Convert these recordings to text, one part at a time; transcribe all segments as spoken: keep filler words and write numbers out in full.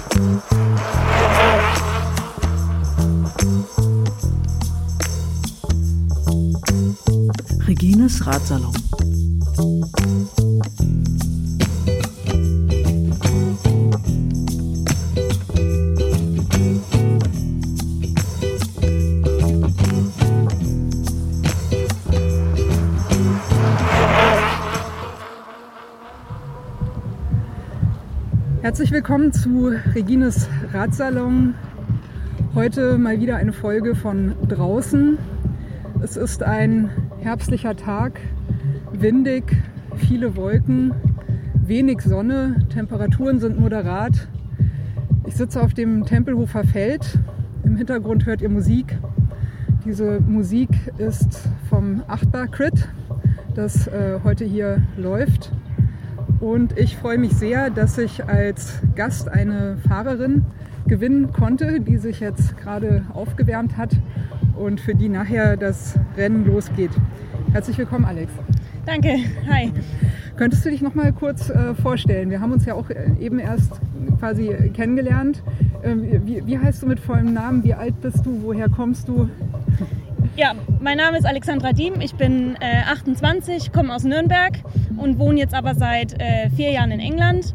Regines Radsalon. Herzlich willkommen zu Regines Radsalon. Heute mal wieder eine Folge von draußen. Es ist ein herbstlicher Tag, windig, viele Wolken, wenig Sonne, Temperaturen sind moderat. Ich sitze auf dem Tempelhofer Feld. Im Hintergrund hört ihr Musik. Diese Musik ist vom Achtbar Crit, das äh, heute hier läuft. Und ich freue mich sehr, dass ich als Gast eine Fahrerin gewinnen konnte, die sich jetzt gerade aufgewärmt hat und für die nachher das Rennen losgeht. Herzlich willkommen, Alex. Danke, hi. Könntest du dich noch mal kurz äh, vorstellen? Wir haben uns ja auch eben erst quasi kennengelernt. Äh, wie, wie heißt du mit vollem Namen? Wie alt bist du? Woher kommst du? Ja, mein Name ist Alexandra Diem, ich bin äh, achtundzwanzig, komme aus Nürnberg und wohne jetzt aber seit äh, vier Jahren in England.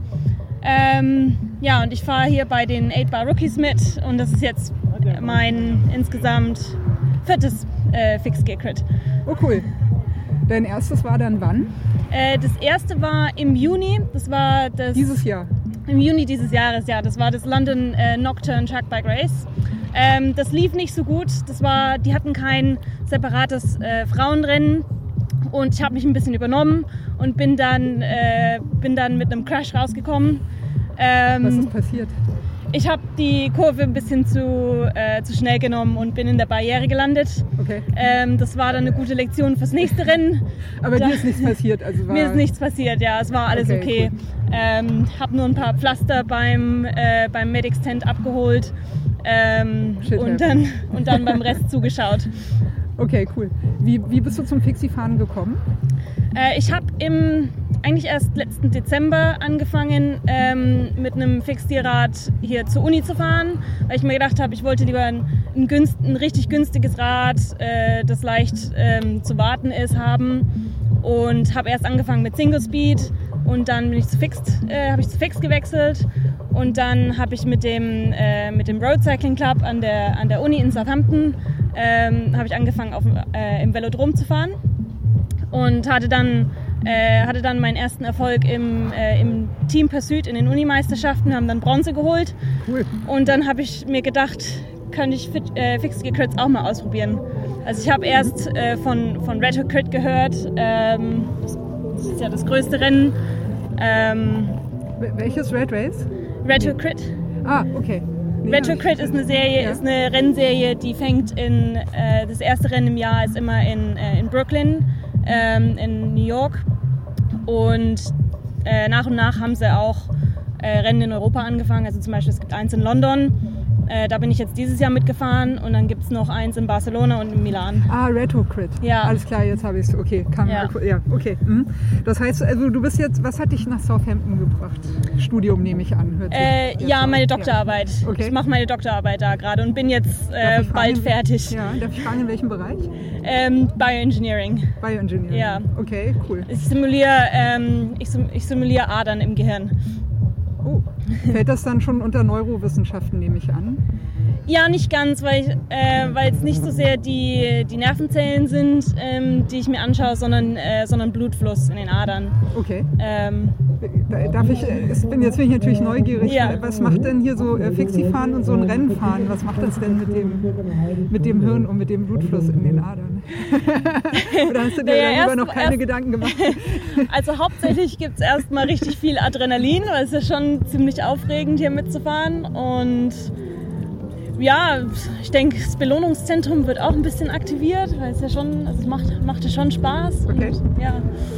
Ähm, ja, und ich fahre hier bei den acht Bar Rookies mit und das ist jetzt mein insgesamt viertes äh, Fixed-Gear-Crit. Oh cool. Dein erstes war dann wann? Äh, das erste war im Juni, das war das... Dieses Jahr? Im Juni dieses Jahres, ja, das war das London äh, Nocturne Track Bike Race. Ähm, das lief nicht so gut. Das war, die hatten kein separates äh, Frauenrennen und ich habe mich ein bisschen übernommen und bin dann, äh, bin dann mit einem Crash rausgekommen. Ähm, Was ist passiert? Ich habe die Kurve ein bisschen zu, äh, zu schnell genommen und bin in der Barriere gelandet. Okay. Ähm, das war dann eine gute Lektion fürs nächste Rennen. Aber da, dir ist nichts passiert? Also war... Mir ist nichts passiert, ja, es war alles okay. okay. Ähm, habe nur ein paar Pflaster beim, äh, beim Medics Tent abgeholt. Ähm, und, dann, und dann beim Rest zugeschaut. Okay, cool. Wie, wie bist du zum Fixie-Fahren gekommen? Äh, ich habe im eigentlich erst letzten Dezember angefangen, ähm, mit einem Fixie-Rad hier zur Uni zu fahren, weil ich mir gedacht habe, ich wollte lieber ein, ein, günst, ein richtig günstiges Rad, äh, das leicht ähm, zu warten ist, haben. Und habe erst angefangen mit Single Speed und dann bin ich zu Fixed, äh, habe ich zu Fixed gewechselt. Und dann habe ich mit dem, äh, mit dem Road Cycling Club an der, an der Uni in Southampton ähm, habe ich angefangen auf, äh, im Velodrom zu fahren und hatte dann, äh, hatte dann meinen ersten Erfolg im, äh, im Team Pursuit in den Unimeisterschaften, haben dann Bronze geholt. Cool. Und dann habe ich mir gedacht, könnte ich Fit, äh, Fixed Gear Crits auch mal ausprobieren. Also ich habe erst äh, von, von Red Hook Crit gehört, ähm, das ist ja das größte Rennen. Ähm, Welches Red Race? Red Hook Crit. Ah, okay. Nee, Red Hook Crit ist eine Serie, ja. ist eine Rennserie, die fängt in, äh, das erste Rennen im Jahr ist immer in, äh, in Brooklyn, ähm, in New York. Und äh, nach und nach haben sie auch äh, Rennen in Europa angefangen. Also zum Beispiel es gibt eins in London. Äh, da bin ich jetzt dieses Jahr mitgefahren und dann gibt es noch eins in Barcelona und in Milan. Ah, Red Hook Crit. Ja. Alles klar, jetzt habe ich es. Okay, kann ja. Mal, ja, okay. Mhm. Das heißt, also du bist jetzt, was hat dich nach Southampton gebracht? Studium nehme ich an. Hört äh, ja, meine Doktorarbeit. Ja. Okay. Ich mache meine Doktorarbeit da gerade und bin jetzt äh, bald fragen, fertig. Ja, darf ich fragen, in welchem Bereich? Ähm, Bioengineering. Bioengineering. Ja. Okay, cool. Ich simuliere, ähm, ich, ich simuliere Adern im Gehirn. Oh, fällt das dann schon unter Neurowissenschaften, nehme ich an? Ja, nicht ganz, weil, ich, äh, weil es nicht so sehr die, die Nervenzellen sind, ähm, die ich mir anschaue, sondern, äh, sondern Blutfluss in den Adern. Okay. Ähm, Darf ich, ich bin jetzt bin ich natürlich neugierig. Ja. Was macht denn hier so äh, Fixie-Fahren und so ein Rennen fahren? Was macht das denn mit dem, mit dem Hirn und mit dem Blutfluss in den Adern? Oder hast du dir naja, darüber noch keine erst, Gedanken gemacht? Also hauptsächlich gibt es erstmal richtig viel Adrenalin, weil es ist ja schon ziemlich aufregend hier mitzufahren und ja, ich denke, das Belohnungszentrum wird auch ein bisschen aktiviert, weil es ja schon, also es macht, macht ja schon Spaß. Okay. Und, ja.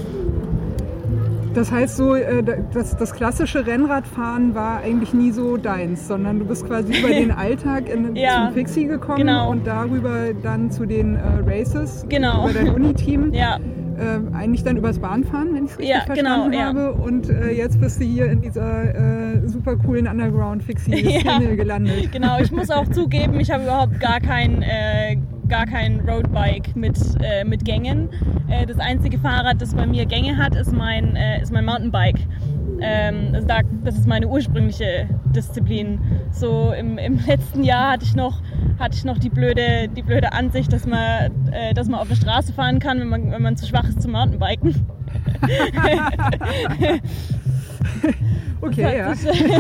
Das heißt so, das, das klassische Rennradfahren war eigentlich nie so deins, sondern du bist quasi über den Alltag in, ja, zum Fixie gekommen genau. und darüber dann zu den äh, Races, genau. über dein Uni-Team. Ja. äh, eigentlich dann übers Bahnfahren, wenn ich es richtig Ja, verstanden genau, ja. habe. Und äh, jetzt bist du hier in dieser äh, super coolen Underground-Fixie-Szene Ja. gelandet. Genau, ich muss auch zugeben, ich habe überhaupt gar kein, äh, gar kein Roadbike mit, äh, mit Gängen. Äh, das einzige Fahrrad, das bei mir Gänge hat, ist mein, äh, ist mein Mountainbike. Ähm, also da, das ist meine ursprüngliche Disziplin. So im, im letzten Jahr hatte ich noch, hatte ich noch die, blöde, die blöde Ansicht, dass man, äh, dass man auf der Straße fahren kann, wenn man, wenn man zu schwach ist zum Mountainbiken. Okay, ja. Das hat, sich,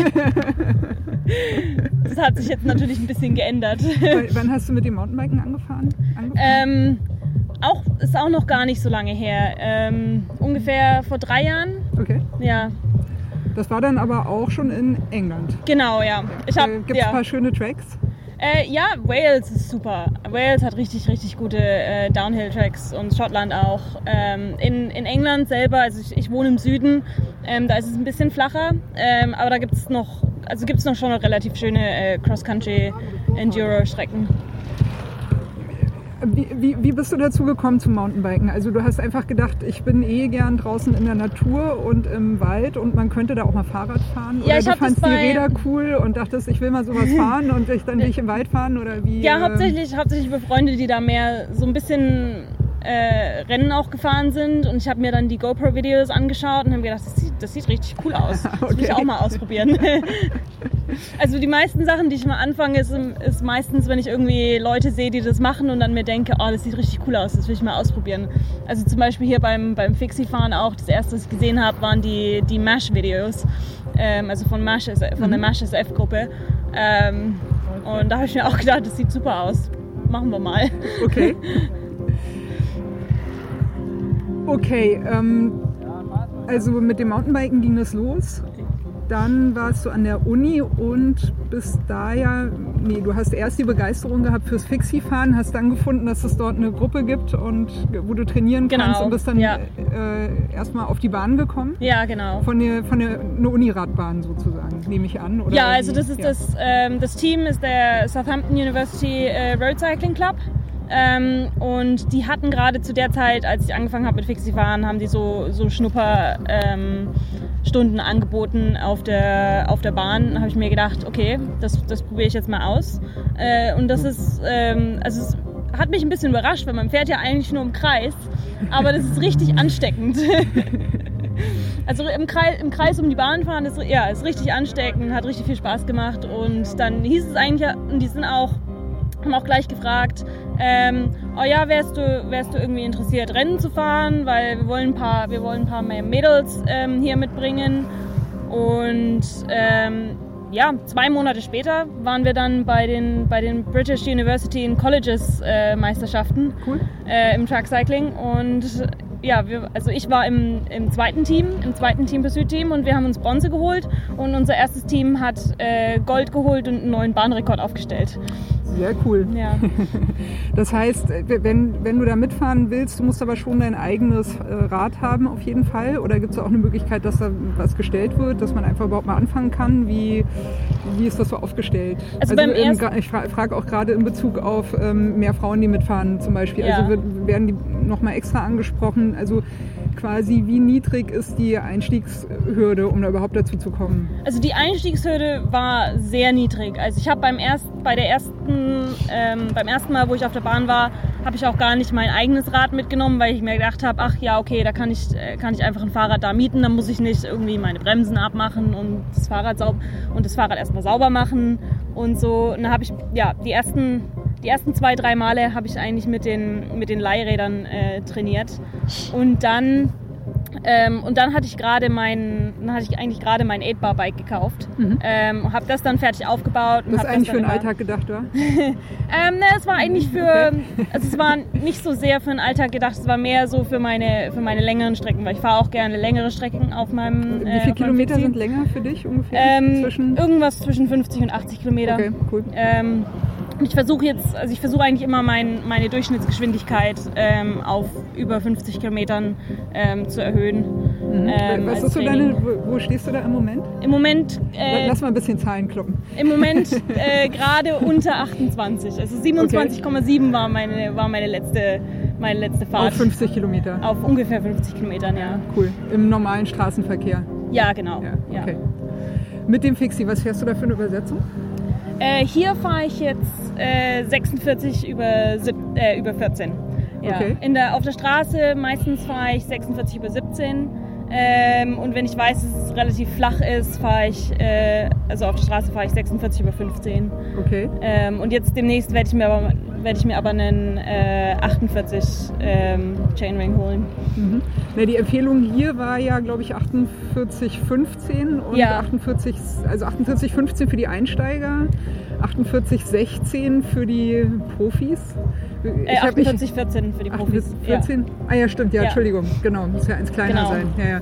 das hat sich jetzt natürlich ein bisschen geändert. W- Wann hast du mit dem Mountainbiken angefangen? angefangen? Ähm, auch, ist auch noch gar nicht so lange her. Ähm, ungefähr vor drei Jahren. Okay. Ja, Das war dann aber auch schon in England. genau, ja. Ich hab, Äh, Gibt es ja. ein paar schöne Tracks? Äh, ja, Wales ist super. Wales hat richtig, richtig gute äh, Downhill-Tracks und Schottland auch. Ähm, in, in England selber, also ich, ich wohne im Süden, ähm, da ist es ein bisschen flacher, ähm, aber da gibt es noch, also gibt's noch schon noch relativ schöne äh, Cross-Country-Enduro-Strecken. Wie, wie, wie bist du dazu gekommen zum Mountainbiken? Also du hast einfach gedacht, ich bin eh gern draußen in der Natur und im Wald und man könnte da auch mal Fahrrad fahren? Oder Ja, ich du hab das fandst die bei- Räder cool und dachtest, ich will mal sowas fahren und ich, dann will ich im Wald fahren? Oder wie? Ja, äh, hauptsächlich, hauptsächlich über Freunde, die da mehr so ein bisschen äh, Rennen auch gefahren sind. Und ich habe mir dann die GoPro-Videos angeschaut und habe gedacht, das sieht, das sieht richtig cool aus. Das will ich Okay. auch mal ausprobieren. Also die meisten Sachen, die ich mal anfange, ist, ist meistens, wenn ich irgendwie Leute sehe, die das machen und dann mir denke, oh, das sieht richtig cool aus, das will ich mal ausprobieren. Also zum Beispiel hier beim, beim Fixie-Fahren auch, das erste, was ich gesehen habe, waren die, die MASH-Videos, ähm, also von, MASH, von der MASH S F-Gruppe. Ähm, und da habe ich mir auch gedacht, das sieht super aus, machen wir mal. Okay. Okay, ähm, also mit dem Mountainbiken ging das los. Dann warst du an der Uni und bist da ja, nee, du hast erst die Begeisterung gehabt fürs Fixie-Fahren, hast dann gefunden, dass es dort eine Gruppe gibt, und wo du trainieren Genau, kannst, und bist dann ja. äh, erstmal auf die Bahn gekommen. Ja, genau. Von der, von der eine Uniradbahn sozusagen, nehme ich an. Oder Ja, also wie? das ist Ja. das, ähm, das Team ist der Southampton University äh, Road Cycling Club. Ähm, und die hatten gerade zu der Zeit, als ich angefangen habe mit Fixie-Fahren, haben die so, so Schnupperstunden ähm, angeboten auf der, auf der Bahn. Da habe ich mir gedacht, okay, das, das probiere ich jetzt mal aus. Äh, und das ist, ähm, also es hat mich ein bisschen überrascht, weil man fährt ja eigentlich nur im Kreis, aber das ist richtig ansteckend. Also im Kreis, im Kreis um die Bahn fahren ist, ja, ist richtig ansteckend, hat richtig viel Spaß gemacht. Und dann hieß es eigentlich, und die sind auch haben auch gleich gefragt, ähm, oh ja, wärst du, wärst du irgendwie interessiert, Rennen zu fahren, weil wir wollen ein paar, wir wollen ein paar mehr Mädels ähm, hier mitbringen. Und ähm, ja, zwei Monate später waren wir dann bei den, bei den British University and Colleges äh, Meisterschaften Cool. äh, im Track Cycling. Und ja, wir, also ich war im, im zweiten Team, im zweiten Team Pursuit Team, und wir haben uns Bronze geholt, und unser erstes Team hat äh, Gold geholt und einen neuen Bahnrekord aufgestellt. Sehr cool. Ja. Das heißt, wenn, wenn du da mitfahren willst, du musst aber schon dein eigenes äh, Rad haben auf jeden Fall. Oder gibt es auch eine Möglichkeit, dass da was gestellt wird, dass man einfach überhaupt mal anfangen kann? Wie, wie ist das so aufgestellt? Also beim ähm, ersten- Ich fra- frage auch gerade in Bezug auf ähm, mehr Frauen, die mitfahren zum Beispiel. Ja. Also wird, werden die nochmal extra angesprochen? Also quasi, wie niedrig ist die Einstiegshürde, um da überhaupt dazu zu kommen? Also die Einstiegshürde war sehr niedrig. Also ich habe beim erst, bei der ersten, ähm, beim ersten Mal, wo ich auf der Bahn war, habe ich auch gar nicht mein eigenes Rad mitgenommen, weil ich mir gedacht habe, ach ja, okay, da kann ich, äh, kann ich einfach ein Fahrrad da mieten, dann muss ich nicht irgendwie meine Bremsen abmachen und das Fahrrad saub und das Fahrrad erstmal sauber machen und so. Und dann habe ich, ja, die ersten, die ersten zwei, drei Male habe ich eigentlich mit den, mit den Leihrädern äh, trainiert. Und dann Ähm, und dann hatte ich gerade mein, dann hatte ich eigentlich gerade mein eight bar Bike gekauft, Mhm. ähm, habe das dann fertig aufgebaut. Und Das hab eigentlich das für dann den immer- Alltag gedacht, oder? Ähm, ne, es war eigentlich für, also es war nicht so sehr für den Alltag gedacht, es war mehr so für meine, für meine längeren Strecken, weil ich fahre auch gerne längere Strecken auf meinem. Wie äh, viele auf meinem Kilometer Fixie. sind länger für dich ungefähr? Ähm, zwischen? Irgendwas zwischen fünfzig und achtzig Kilometer. Okay, cool. Ähm, und ich versuche jetzt, also ich versuche eigentlich immer mein, meine Durchschnittsgeschwindigkeit ähm, auf über fünfzig Kilometern ähm, zu erhöhen. Mhm. Ähm, Was als ist so Training. deine, wo, wo stehst du da im Moment? Im Moment, äh, Lass mal ein bisschen Zahlen kloppen. im Moment äh, gerade unter achtundzwanzig. Also siebenundzwanzig Komma sieben war meine, war meine letzte, meine letzte Fahrt. Auf fünfzig Kilometer? Auf ungefähr fünfzig Kilometern, ja. Cool. Im normalen Straßenverkehr? Ja, genau. Ja, okay. Ja. Mit dem Fixie, was fährst du da für eine Übersetzung? Äh, hier fahre ich jetzt äh, sechsundvierzig über, sieb, äh, über vierzehn. Ja. Okay. In der, auf der Straße meistens fahre ich sechsundvierzig über siebzehn. Ähm, und wenn ich weiß, dass es relativ flach ist, fahre ich, äh, also auf der Straße fahre ich sechsundvierzig über fünfzehn. Okay. Ähm, und jetzt demnächst werde ich mir aber, werde ich mir aber einen äh, achtundvierzig ähm, Chainring holen. Mhm. Na, die Empfehlung hier war ja, glaube ich, achtundvierzig fünfzehn und ja. achtundvierzig, also achtundvierzig fünfzehn für die Einsteiger, achtundvierzig sechzehn für die Profis. Äh, achtundvierzig vierzehn für die Profis. vierzehn? Ja. Ah ja, stimmt, ja, ja, Entschuldigung, genau, muss ja eins kleiner genau. sein. Ja, ja.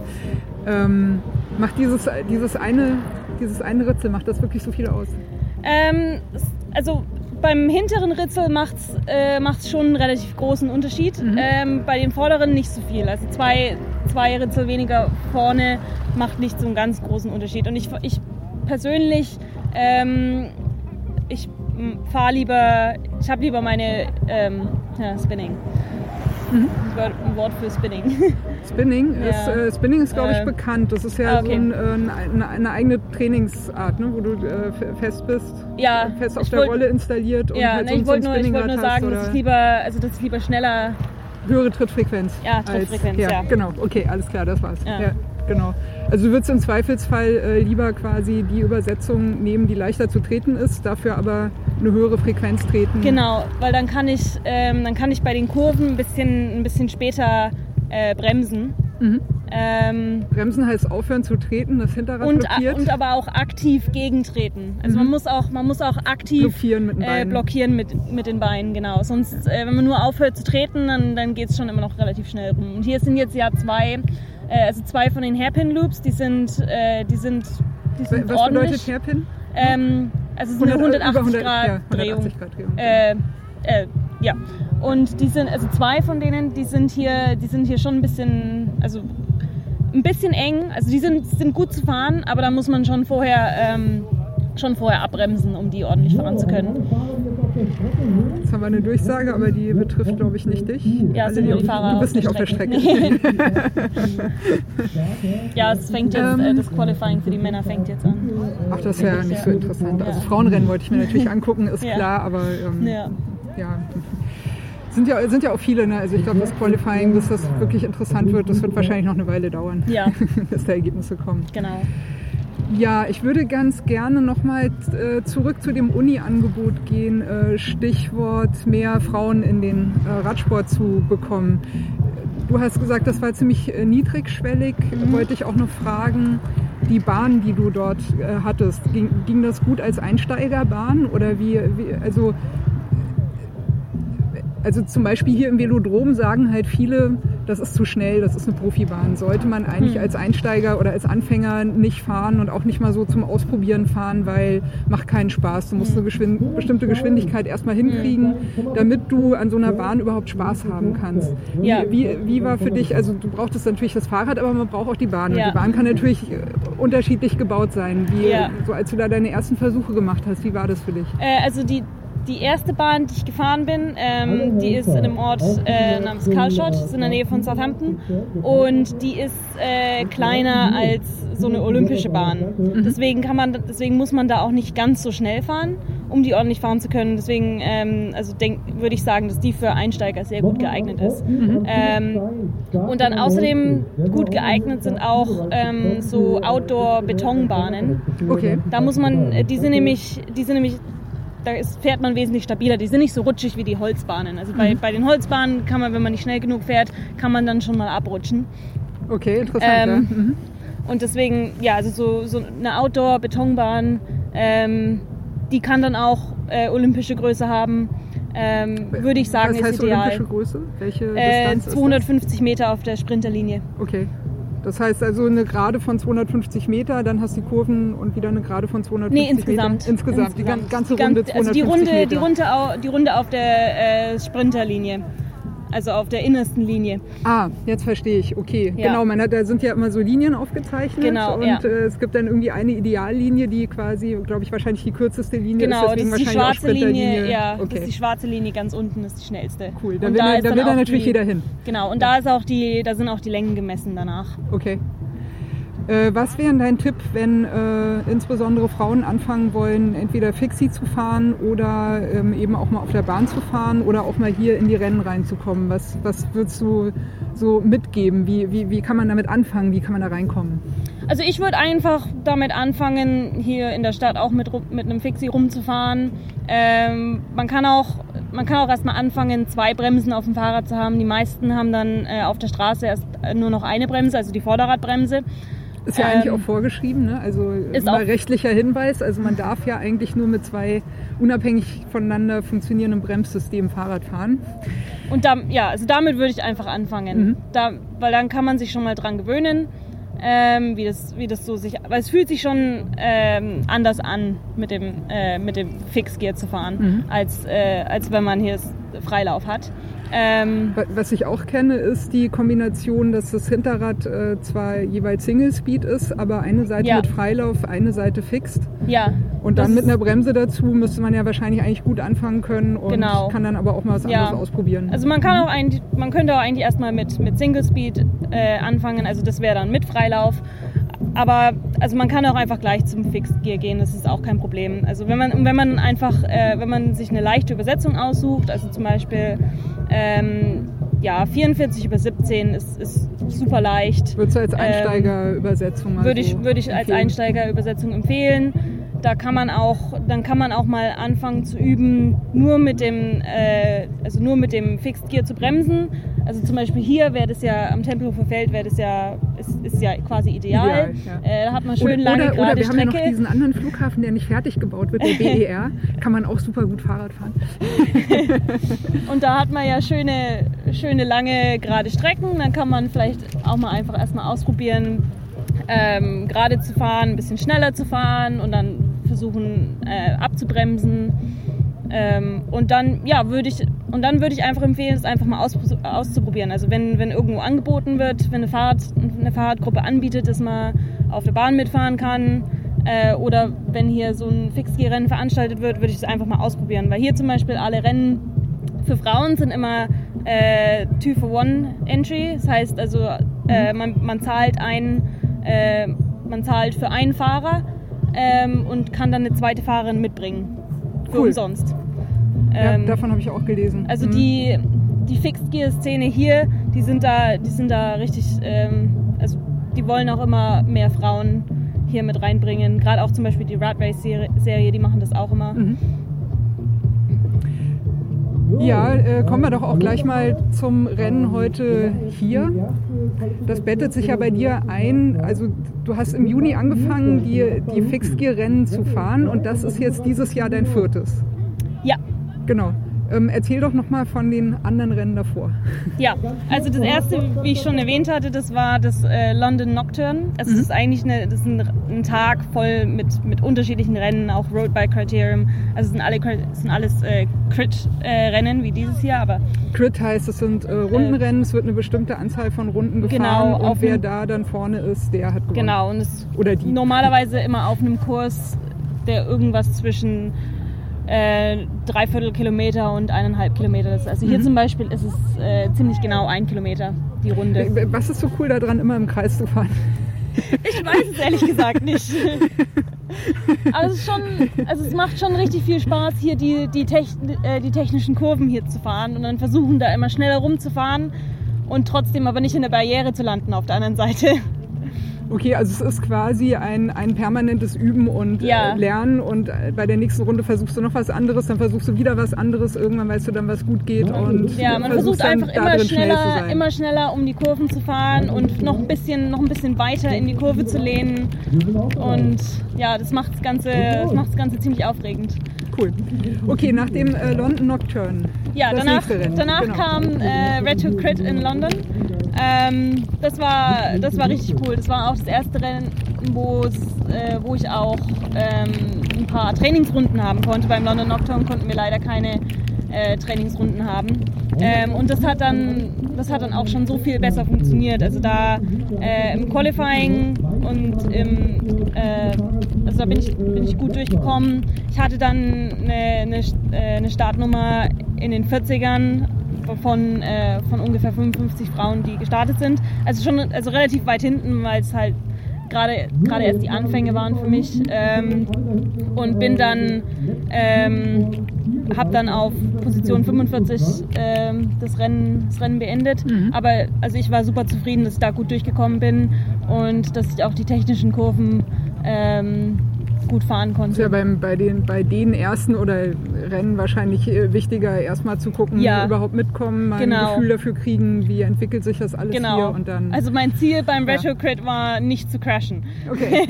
Ähm, macht dieses, dieses, eine, dieses eine Ritzel, macht das wirklich so viel aus? Ähm, also beim hinteren Ritzel macht es äh, macht's schon einen relativ großen Unterschied, mhm. ähm, bei den vorderen nicht so viel. Also zwei, zwei Ritzel weniger vorne macht nicht so einen ganz großen Unterschied. Und ich, ich persönlich, ähm, ich fahre lieber, ich habe lieber meine ähm, ja, Spinning. Mhm. Ein Wort für Spinning. Spinning ja. ist, äh, Spinning ist, glaube ich, äh, bekannt. Das ist ja okay. so ein, äh, eine, eine eigene Trainingsart, ne? Wo du äh, fest bist, ja, fest auf der wollt, Rolle installiert und ja, halt ne, so, ich wollte so nur, ich wollt nur sagen, hast, dass ich, lieber, also, dass ich lieber schneller... Höhere Trittfrequenz. Ja, Trittfrequenz, als, ja, ja. Genau, okay, alles klar, das war's. Ja. Ja, genau. Also du würdest im Zweifelsfall äh, lieber quasi die Übersetzung nehmen, die leichter zu treten ist, dafür aber eine höhere Frequenz treten. Genau, weil dann kann ich, ähm, dann kann ich bei den Kurven ein bisschen, ein bisschen später äh, bremsen. Mhm. Ähm, Bremsen heißt aufhören zu treten, das Hinterrad und, blockiert. Und aber auch aktiv gegentreten. Also mhm. man muss auch, man muss auch aktiv blockieren mit den Beinen. Äh, blockieren mit, mit den Beinen, genau. Sonst, äh, wenn man nur aufhört zu treten, dann, dann geht es schon immer noch relativ schnell rum. Und hier sind jetzt ja zwei, äh, also zwei von den Hairpin Loops, die sind, äh, die sind, die sind Was ordentlich. bedeutet Hairpin? Ähm, also es ist eine hundertachtzig Grad Drehung. Äh, äh, ja. Und die sind, also zwei von denen, die sind hier, die sind hier schon ein bisschen, also ein bisschen eng. Also die sind, sind gut zu fahren, aber da muss man schon vorher, ähm, schon vorher abbremsen, um die ordentlich fahren zu können. Jetzt haben wir eine Durchsage, aber die betrifft, glaube ich, nicht dich. Ja, es sind nur die Fahrer. Du bist nicht auf der Strecke. Ja, es fängt jetzt, äh, das Qualifying für die Männer fängt jetzt an. Ach, das ist ja nicht so interessant. Also Frauenrennen wollte ich mir natürlich angucken, ist ja. klar, aber ähm, ja. ja. Sind ja, sind ja auch viele, ne? Also ich glaube, das Qualifying, bis das wirklich interessant wird, das wird wahrscheinlich noch eine Weile dauern, ja. bis da Ergebnisse kommen. Genau. Ja, ich würde ganz gerne nochmal äh, zurück zu dem Uni-Angebot gehen. Äh, Stichwort mehr Frauen in den äh, Radsport zu bekommen. Du hast gesagt, das war ziemlich äh, niedrigschwellig. Mhm. Wollte ich auch noch fragen, die Bahn, die du dort äh, hattest, ging, ging das gut als Einsteigerbahn? Oder wie, wie also Also zum Beispiel hier im Velodrom sagen halt viele, das ist zu schnell, das ist eine Profibahn. Sollte man eigentlich hm. als Einsteiger oder als Anfänger nicht fahren und auch nicht mal so zum Ausprobieren fahren, weil macht keinen Spaß. Du musst eine Geschwind- bestimmte Geschwindigkeit erstmal hinkriegen, damit du an so einer Bahn überhaupt Spaß haben kannst. Ja. Wie, wie, wie war für dich, also du brauchtest natürlich das Fahrrad, aber man braucht auch die Bahn. Ja. Und die Bahn kann natürlich unterschiedlich gebaut sein. Wie, ja. so als du da deine ersten Versuche gemacht hast, wie war das für dich? Äh, also die Die erste Bahn, die ich gefahren bin, ähm, die ist in einem Ort äh, namens Calshot, das ist in der Nähe von Southampton, und die ist äh, kleiner als so eine olympische Bahn. Mhm. Deswegen kann man, deswegen muss man da auch nicht ganz so schnell fahren, um die ordentlich fahren zu können. Deswegen ähm, also denk, würde ich sagen, dass die für Einsteiger sehr gut geeignet ist. Mhm. Ähm, und dann außerdem gut geeignet sind auch ähm, so Outdoor-Betonbahnen. Okay. Da muss man, die sind nämlich, die sind nämlich da ist, fährt man wesentlich stabiler. Die sind nicht so rutschig wie die Holzbahnen. Also bei, mhm. bei den Holzbahnen kann man, wenn man nicht schnell genug fährt, kann man dann schon mal abrutschen. Okay, interessant. Ähm, ja. mhm. Und deswegen, ja, also so, so eine Outdoor-Betonbahn, ähm, die kann dann auch äh, olympische Größe haben. Ähm, würde ich sagen, Was heißt ist ideal. Olympische Größe? Welche äh, Distanz zweihundertfünfzig Meter auf der Sprinterlinie. Okay. Das heißt also eine Gerade von zweihundertfünfzig Meter, dann hast du die Kurven und wieder eine Gerade von zweihundertfünfzig nee, insgesamt. Meter. Insgesamt. Insgesamt, die ganze Runde die, also die zweihundertfünfzig Runde, Meter. Die Runde, au, die Runde auf der äh, Sprinterlinie. also auf der innersten Linie. Ah, jetzt verstehe ich. Okay, Ja. genau. Man hat, da sind ja immer so Linien aufgezeichnet. Genau, und ja. äh, es gibt dann irgendwie eine Ideallinie, die quasi, glaube ich, wahrscheinlich die kürzeste Linie Genau, ist. das Deswegen ist die wahrscheinlich schwarze auch Linie. Sprinterlinie. Ja, okay. das ist die schwarze Linie ganz unten, ist die schnellste. Cool. Da Und will, da da ist dann will da auch natürlich die, jeder hin. Genau, und da ist auch die, da sind auch die Längen gemessen danach. Okay. Äh, was wäre dein Tipp, wenn äh, insbesondere Frauen anfangen wollen, entweder Fixie zu fahren oder ähm, eben auch mal auf der Bahn zu fahren oder auch mal hier in die Rennen reinzukommen? Was, was würdest du so mitgeben? Wie, wie, wie kann man damit anfangen? Wie kann man da reinkommen? Also ich würde einfach damit anfangen, hier in der Stadt auch mit, mit einem Fixie rumzufahren. Ähm, man kann auch, man kann auch erstmal anfangen, zwei Bremsen auf dem Fahrrad zu haben. Die meisten haben dann äh, auf der Straße erst nur noch eine Bremse, also die Vorderradbremse. Ist ja ähm, eigentlich auch vorgeschrieben, ne? Also ist mal auch rechtlicher Hinweis. Also man darf ja eigentlich nur mit zwei unabhängig voneinander funktionierenden Bremssystemen Fahrrad fahren. Und da, ja, also damit würde ich einfach anfangen, Mhm. da, weil dann kann man sich schon mal dran gewöhnen, ähm, wie das, wie das so sich, weil es fühlt sich schon ähm, anders an, mit dem, äh, mit dem Fixgear zu fahren, Mhm. als, äh, als wenn man hier Freilauf hat. Ähm, Was ich auch kenne, ist die Kombination, dass das Hinterrad äh, zwar jeweils Single Speed ist, aber eine Seite Ja. mit Freilauf, eine Seite fixt. ja. Und das dann mit ist- einer Bremse dazu müsste man ja wahrscheinlich eigentlich gut anfangen können und Genau. kann dann aber auch mal was Ja. anderes ausprobieren. Also man kann auch eigentlich, man könnte auch eigentlich erstmal mit, mit Single Speed äh, anfangen, also das wäre dann mit Freilauf. Aber also man kann auch einfach gleich zum Fixed Gear gehen, das ist auch kein Problem. Also wenn man, wenn man einfach, äh, wenn man sich eine leichte Übersetzung aussucht, also zum Beispiel ähm, ja, vierundvierzig über siebzehn ist, ist super leicht. Würdest du als Ähm, Einsteigerübersetzung mal Würde ich, so würde ich als empfehlen? Einsteigerübersetzung empfehlen. Da kann man auch, dann kann man auch mal anfangen zu üben, nur mit dem, äh, also nur mit dem Fixed Gear zu bremsen. Also zum Beispiel hier wäre das ja am Tempelhofer Feld wäre das ja, ist, ist ja quasi ideal. Ideal, ja. Äh, da hat man schön Oder, lange oder, oder gerade wir haben ja Strecke. noch diesen anderen Flughafen, der nicht fertig gebaut wird, der B E R. Kann man auch super gut Fahrrad fahren. Und da hat man ja schöne, schöne lange gerade Strecken. Dann kann man vielleicht auch mal einfach erstmal ausprobieren, ähm, gerade zu fahren, ein bisschen schneller zu fahren und dann versuchen äh, abzubremsen. Ähm, und dann, ja, würde ich, und dann würde ich einfach empfehlen, es einfach mal aus, auszuprobieren. Also wenn, wenn irgendwo angeboten wird, wenn eine, Fahrrad, eine Fahrradgruppe anbietet, dass man auf der Bahn mitfahren kann, äh, oder wenn hier so ein Fixgear-Rennen veranstaltet wird, würde ich es einfach mal ausprobieren. Weil hier zum Beispiel alle Rennen für Frauen sind immer äh, Two for One Entry. Das heißt also, äh, man, man zahlt ein, äh, man zahlt für einen Fahrer ähm, und kann dann eine zweite Fahrerin mitbringen. Für Cool. umsonst. Ja, Ähm, davon habe ich auch gelesen. also Mhm. die, die Fixed-Gear-Szene hier, die sind da, die sind da richtig, ähm, also die wollen auch immer mehr Frauen hier mit reinbringen. Gerade auch zum Beispiel die Rad Race-Serie, die machen das auch immer. Mhm. Ja, äh, kommen wir doch auch gleich mal zum Rennen heute hier. Das bettet sich ja bei dir ein. Also du hast im Juni angefangen, die, die Fixed-Gear-Rennen zu fahren und das ist jetzt dieses Jahr dein viertes. Ja, Genau. Ähm, erzähl doch nochmal von den anderen Rennen davor. ja. Also das erste, wie ich schon erwähnt hatte, das war das äh, London Nocturne. Also es ist eigentlich eine, das ist ein, ein Tag voll mit, mit unterschiedlichen Rennen, auch Road Bike Criterium. Also es sind, alle, es sind alles äh, Crit-Rennen, äh, wie dieses hier, aber Crit heißt, es sind äh, Rundenrennen, es wird eine bestimmte Anzahl von Runden gefahren Genau, und auf wer dem- da dann vorne ist, der hat gewonnen. genau. Und es Oder die. normalerweise immer auf einem Kurs, der irgendwas zwischen äh, dreiviertel Kilometer und eineinhalb Kilometer ist. Also hier Mhm. zum Beispiel ist es äh, ziemlich genau ein Kilometer, die Runde. Was ist so cool daran, immer im Kreis zu fahren? Ich weiß es ehrlich gesagt nicht. Aber es ist schon, also es macht schon richtig viel Spaß, hier die, die, Techn, äh, die technischen Kurven hier zu fahren und dann versuchen da immer schneller rumzufahren und trotzdem aber nicht in der Barriere zu landen auf der anderen Seite. Okay, also es ist quasi ein, ein permanentes Üben und Ja. äh, Lernen und äh, bei der nächsten Runde versuchst du noch was anderes, dann versuchst du wieder was anderes, irgendwann weißt du dann, was gut geht und Ja, man versuchst versucht dann einfach da immer drin schnell zu schneller, sein. immer schneller um die Kurven zu fahren und noch ein bisschen, noch ein bisschen weiter in die Kurve zu lehnen. Und ja, das macht das Ganze, das macht das Ganze ziemlich aufregend. Cool. Okay, nach dem äh, London Nocturne. Ja, das danach, nächste Rennen. danach Genau. kam äh, Red to Crit in London. Ähm, das, war, das war richtig cool. Das war auch das erste Rennen, wo, es, äh, wo ich auch ähm, ein paar Trainingsrunden haben konnte. Beim London Nocturne konnten wir leider keine äh, Trainingsrunden haben. Ähm, und das hat, dann, das hat dann auch schon so viel besser funktioniert. Also da äh, im Qualifying und im, äh, also da bin ich, bin ich gut durchgekommen. Ich hatte dann eine, eine, eine Startnummer in den vierzigern von, äh, von ungefähr fünfundfünfzig Frauen, die gestartet sind. Also schon also relativ weit hinten, weil es halt gerade gerade erst die Anfänge waren für mich. Ähm, und bin dann ähm, habe dann auf Position fünfundvierzig ähm, das, Rennen, das Rennen beendet. Mhm. Aber also ich war super zufrieden, dass ich da gut durchgekommen bin und dass ich auch die technischen Kurven ähm, gut fahren konnte. Das ist ja beim, bei, den, bei den ersten oder Rennen wahrscheinlich wichtiger, erstmal zu gucken, ja. überhaupt mitkommen, mal genau. ein Gefühl dafür kriegen, wie entwickelt sich das alles genau. hier und dann... Also mein Ziel beim ja. Retrocrit war nicht zu crashen. Okay.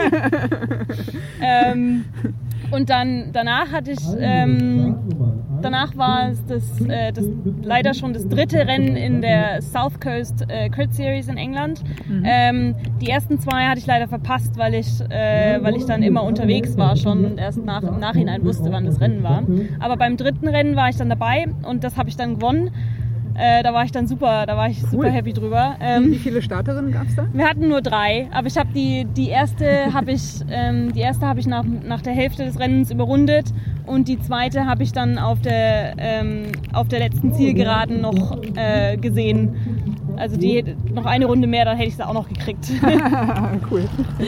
ähm, und dann danach hatte ich... Ähm, Danach war es das, äh, das leider schon das dritte Rennen in der South Coast äh, Crit Series in England. Mhm. Ähm, die ersten zwei hatte ich leider verpasst, weil ich, äh, weil ich dann immer unterwegs war schon und erst nach, im Nachhinein wusste, wann das Rennen war. Aber beim dritten Rennen war ich dann dabei und das habe ich dann gewonnen. Äh, da war ich dann super, da war ich super cool. happy drüber. Ähm, Wie viele Starterinnen gab es da? Wir hatten nur drei, aber ich habe die die erste habe ich ähm, die erste habe ich nach nach der Hälfte des Rennens überrundet und die zweite habe ich dann auf der ähm, auf der letzten Zielgeraden noch äh, gesehen. Also die noch eine Runde mehr, dann hätte ich sie auch noch gekriegt. Cool.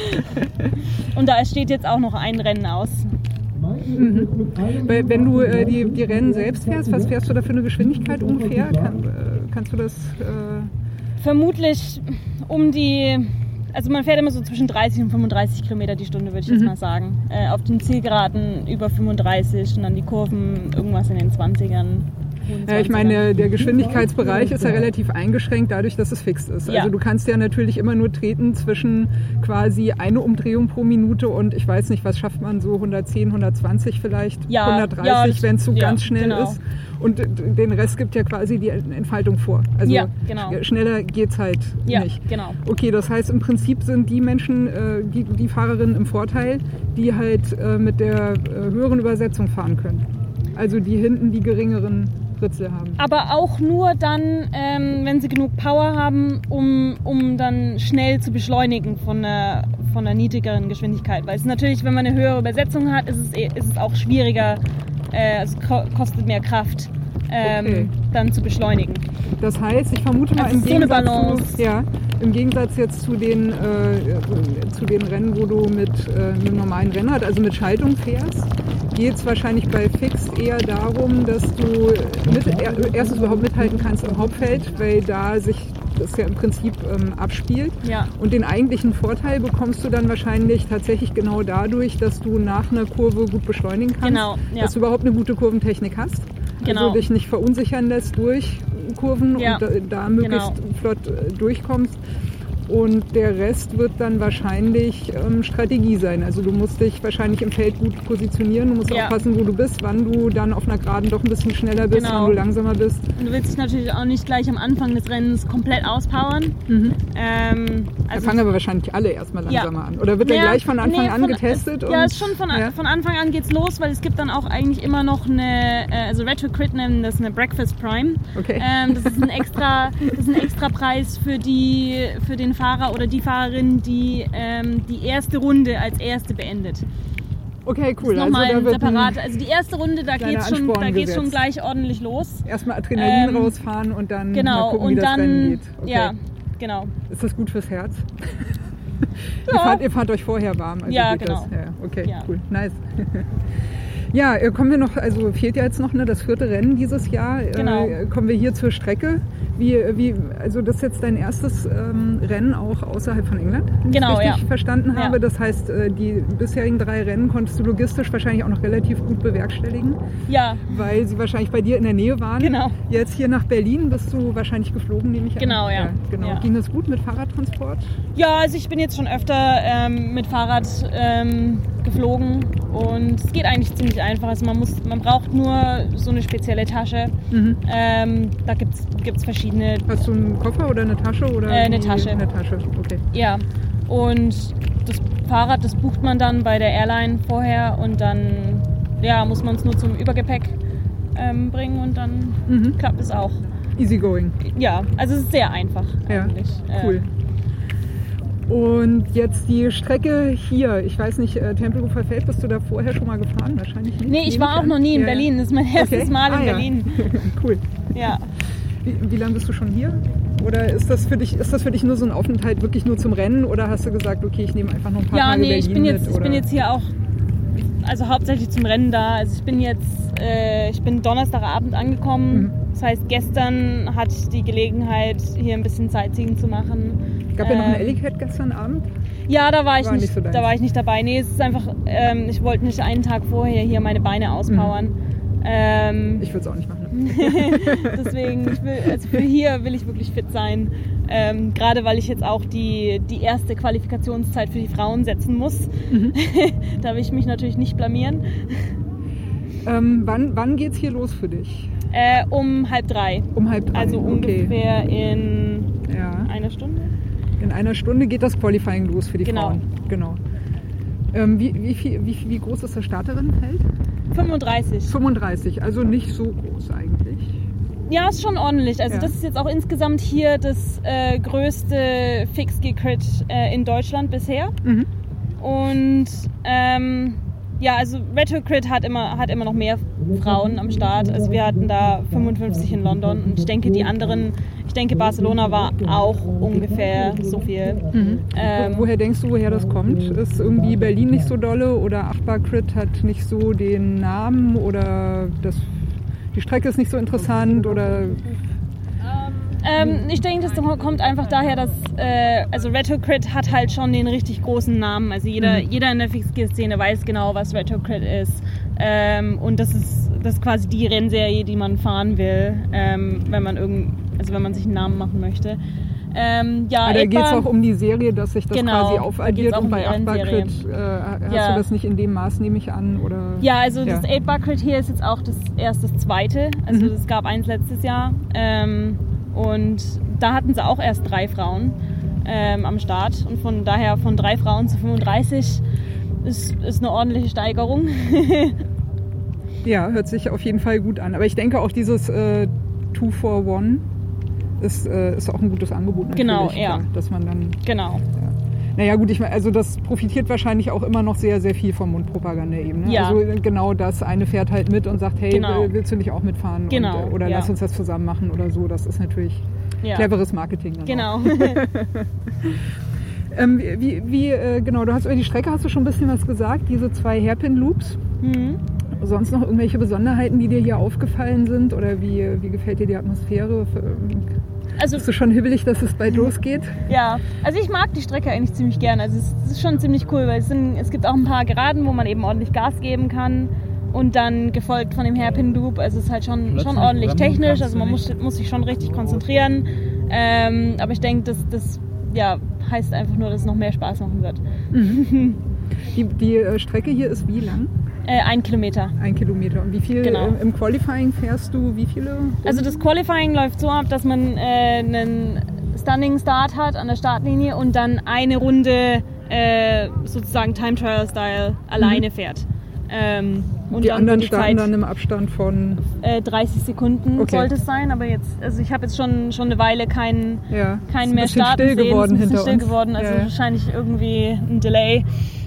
Und da steht jetzt auch noch ein Rennen aus. Mhm. Wenn du äh, die, die Rennen selbst fährst, was fährst du da für eine Geschwindigkeit ungefähr? Kann, äh, kannst du das... Äh Vermutlich um die... Also man fährt immer so zwischen dreißig und fünfunddreißig Kilometer die Stunde, würde ich jetzt mhm. mal sagen. Äh, auf den Zielgeraden über fünfunddreißig und dann die Kurven irgendwas in den zwanzigern. Ja, ich meine, der, der Geschwindigkeitsbereich ist ja relativ eingeschränkt dadurch, dass es fix ist. Ja. Also du kannst ja natürlich immer nur treten zwischen quasi eine Umdrehung pro Minute und ich weiß nicht, was schafft man so, hundertzehn, hundertzweißig vielleicht, ja, hundertdreißig, ja, wenn es so ja, ganz schnell genau. ist. Und den Rest gibt ja quasi die Entfaltung vor. Also ja, genau. schneller geht's halt ja, nicht. Genau. Okay, das heißt im Prinzip sind die Menschen, die, die Fahrerinnen im Vorteil, die halt mit der höheren Übersetzung fahren können. Also die hinten die geringeren Ritzel haben. Aber auch nur dann, ähm, wenn sie genug Power haben, um, um dann schnell zu beschleunigen von einer, von einer niedrigeren Geschwindigkeit. Weil es natürlich, wenn man eine höhere Übersetzung hat, ist es, ist es auch schwieriger, äh, es kostet mehr Kraft, ähm, okay. dann zu beschleunigen. Das heißt, ich vermute mal also im, so Gegensatz eine Balance. Zu, ja, im Gegensatz jetzt zu den, äh, zu den Rennen, wo du mit äh, einem normalen Rennrad, also mit Schaltung fährst, geht es wahrscheinlich bei Fixed eher darum, dass du mit, erstens überhaupt mithalten kannst im Hauptfeld, weil da sich das ja im Prinzip ähm, abspielt. Ja. Und den eigentlichen Vorteil bekommst du dann wahrscheinlich tatsächlich genau dadurch, dass du nach einer Kurve gut beschleunigen kannst, genau, ja. dass du überhaupt eine gute Kurventechnik hast, genau. also dich nicht verunsichern lässt durch Kurven ja. und da, da möglichst genau. flott äh, durchkommst. Und der Rest wird dann wahrscheinlich ähm, Strategie sein. Also du musst dich wahrscheinlich im Feld gut positionieren. Du musst ja. aufpassen, wo du bist, wann du dann auf einer Geraden doch ein bisschen schneller bist, genau. wann du langsamer bist. Und du willst dich natürlich auch nicht gleich am Anfang des Rennens komplett auspowern. Mhm. Ähm, also da fangen aber wahrscheinlich alle erstmal langsamer ja. an. Oder wird ja, der gleich von Anfang nee, an von, getestet? Ja, und, ist schon von, ja. von Anfang an geht's los, weil es gibt dann auch eigentlich immer noch eine, also Retrocrit nennen das eine Breakfast Prime. Okay. Ähm, das ist ein extra, das ist ein extra Preis für die, für den Fahrer oder die Fahrerin, die ähm, die erste Runde als erste beendet. Okay, cool. Das ist nochmal also, ein separat. Also die erste Runde, da geht's schon, da geht's schon gleich ordentlich los. Erstmal Adrenalin ähm, rausfahren und dann genau, mal gucken, und wie das dann, Rennen geht. Okay. Ja, genau. Ist das gut fürs Herz? Ja. ihr, fahrt, ihr fahrt euch vorher warm. Also ja, geht genau. Das? Ja, okay, ja. cool. Nice. Ja, kommen wir noch, also fehlt ja jetzt noch ne, das vierte Rennen dieses Jahr. Genau. Äh, kommen wir hier zur Strecke. Wie, wie, also das ist jetzt dein erstes ähm, Rennen auch außerhalb von England, wenn genau, ich richtig ja. verstanden habe. Ja. Das heißt, äh, die bisherigen drei Rennen konntest du logistisch wahrscheinlich auch noch relativ gut bewerkstelligen. Ja. Weil sie wahrscheinlich bei dir in der Nähe waren. Genau. Jetzt hier nach Berlin bist du wahrscheinlich geflogen, nehme ich an. Genau, ja. ja, genau. Ja. Ging das gut mit Fahrradtransport? Ja, also ich bin jetzt schon öfter ähm, mit Fahrrad ähm, geflogen und es geht eigentlich ziemlich einfach. Also man muss, man braucht nur so eine spezielle Tasche. Mhm. Ähm, da gibt es verschiedene. Hast du einen Koffer oder eine Tasche? Oder äh, eine Tasche. Eine Tasche, okay. Ja, und das Fahrrad, das bucht man dann bei der Airline vorher und dann ja, muss man es nur zum Übergepäck ähm, bringen und dann Mhm. klappt es auch. Easy going. Ja, also es ist sehr einfach Ja, eigentlich. cool. Und jetzt die Strecke hier, ich weiß nicht, äh, Tempelhofer Feld, bist du da vorher schon mal gefahren? Wahrscheinlich nicht. Nee, ich Nehme war auch an. noch nie in Ja, ja. Berlin. Das ist mein erstes Okay. Mal in Ah, ja. Berlin. Cool. Ja. Wie, wie lange bist du schon hier? Oder ist das für dich, ist das für dich nur so ein Aufenthalt wirklich nur zum Rennen? Oder hast du gesagt, okay, ich nehme einfach noch ein paar Ja, Tage nee, Berlin ich bin jetzt, mit? ich Oder? bin jetzt hier auch, also hauptsächlich zum Rennen da. Also ich bin jetzt, äh, ich bin Donnerstagabend angekommen. Mhm. Das heißt, gestern hatte ich die Gelegenheit, hier ein bisschen Sightseeing zu machen. Gab ja noch einen Ähm, Ellicat gestern Abend. Ja, da war ich War nicht, nicht so deins. da war ich nicht dabei. Nee, es ist einfach, ähm, ich wollte nicht einen Tag vorher hier meine Beine auspowern. Ähm, Ich würde es auch nicht machen. deswegen, ich will, also für hier will ich wirklich fit sein. Ähm, gerade weil ich jetzt auch die, die erste Qualifikationszeit für die Frauen setzen muss. Mhm. Da will ich mich natürlich nicht blamieren. Ähm, wann wann geht es hier los für dich? Äh, um halb drei. Um halb drei. Also okay. ungefähr in Ja. einer Stunde. In einer Stunde geht das Qualifying los für die Genau. Frauen. Genau. Ähm, wie, wie, viel, wie, wie groß ist das Starterinnenfeld? fünfunddreißig. fünfunddreißig, also nicht so groß eigentlich. Ja, ist schon ordentlich. Also Ja. das ist jetzt auch insgesamt hier das äh, größte Fixed-Gear-Crit äh, in Deutschland bisher. Mhm. Und ähm, ja, also Retrocrit hat immer, hat immer noch mehr Frauen am Start. Also wir hatten da fünfundfünfzig in London und ich denke die anderen, ich denke Barcelona war auch ungefähr so viel. Mhm. Ähm, Wo, woher denkst du, woher das kommt? Ist irgendwie Berlin nicht so dolle oder Achtbar Crit hat nicht so den Namen oder das, die Strecke ist nicht so interessant oder Ähm, ich denke, das kommt einfach daher, dass äh, also Retrocrit hat halt schon den richtig großen Namen. Also jeder, Mhm. jeder in der Fixgear-Szene weiß genau, was Retrocrit ist. Ähm, und das ist, das ist quasi die Rennserie, die man fahren will, ähm, wenn man irgend, also wenn man sich einen Namen machen möchte. Ähm, ja, Ah, da geht es Ape-Bar- auch um die Serie, dass sich das Genau, quasi da aufaddiert geht's auch und um bei die Achtbar Rennserie. Crit äh, hast Ja. du das nicht in dem Maß, nehme ich an? Oder? Ja, also das Ja. Ape-Bar Crit hier ist jetzt auch das erst das zweite. Also Mhm. es gab eins letztes Jahr. Ähm, und da hatten sie auch erst drei Frauen ähm, am Start. Und von daher von drei Frauen zu fünfunddreißig ist, ist eine ordentliche Steigerung. Ja, hört sich auf jeden Fall gut an. Aber ich denke auch dieses äh, Two for One ist, äh, ist auch ein gutes Angebot natürlich. Genau, ja. Klar, dass man dann, Genau. ja. Naja gut, ich meine, also das profitiert wahrscheinlich auch immer noch sehr, sehr viel vom Mundpropaganda eben. Ne? Ja. Also genau das, eine fährt halt mit und sagt, hey, Genau. will- willst du nicht auch mitfahren? Genau, Und, äh, oder ja. lass uns das zusammen machen oder so. Das ist natürlich Ja. cleveres Marketing. Dann auch. Genau. Ähm, wie, wie, äh, genau, du hast über die Strecke hast du schon ein bisschen was gesagt, diese zwei Hairpin-Loops. mhm. Sonst noch irgendwelche Besonderheiten, die dir hier aufgefallen sind? Oder wie, wie gefällt dir die Atmosphäre? Also Bist du schon hibbelig, dass es bald losgeht? ja, also ich mag die Strecke eigentlich ziemlich gern. Also es es ist schon ziemlich cool, weil es, sind, es gibt auch ein paar Geraden, wo man eben ordentlich Gas geben kann. Und dann gefolgt von dem Hairpin Loop. Also es ist halt schon, schon ordentlich technisch. Also man muss, muss sich schon richtig konzentrieren. Ähm, aber ich denke, das, das ja, heißt einfach nur, dass es noch mehr Spaß machen wird. Die, die äh, Strecke hier ist wie lang? Äh, ein Kilometer. Ein Kilometer. Und wie viel Genau. äh, im Qualifying fährst du? Wie viele? Also das Qualifying läuft so ab, dass man äh, einen Stunning Start hat an der Startlinie und dann eine Runde äh, sozusagen Time Trial Style alleine fährt. Ähm, und die dann anderen die starten Zeit, dann im Abstand von. äh, dreißig Sekunden Okay. sollte es sein, aber jetzt, also ich habe jetzt schon, schon eine Weile keinen Ja, keinen ist ein mehr bisschen starten still sehen. geworden ist ein bisschen hinter still uns. geworden, also Ja, ja. wahrscheinlich irgendwie ein Delay.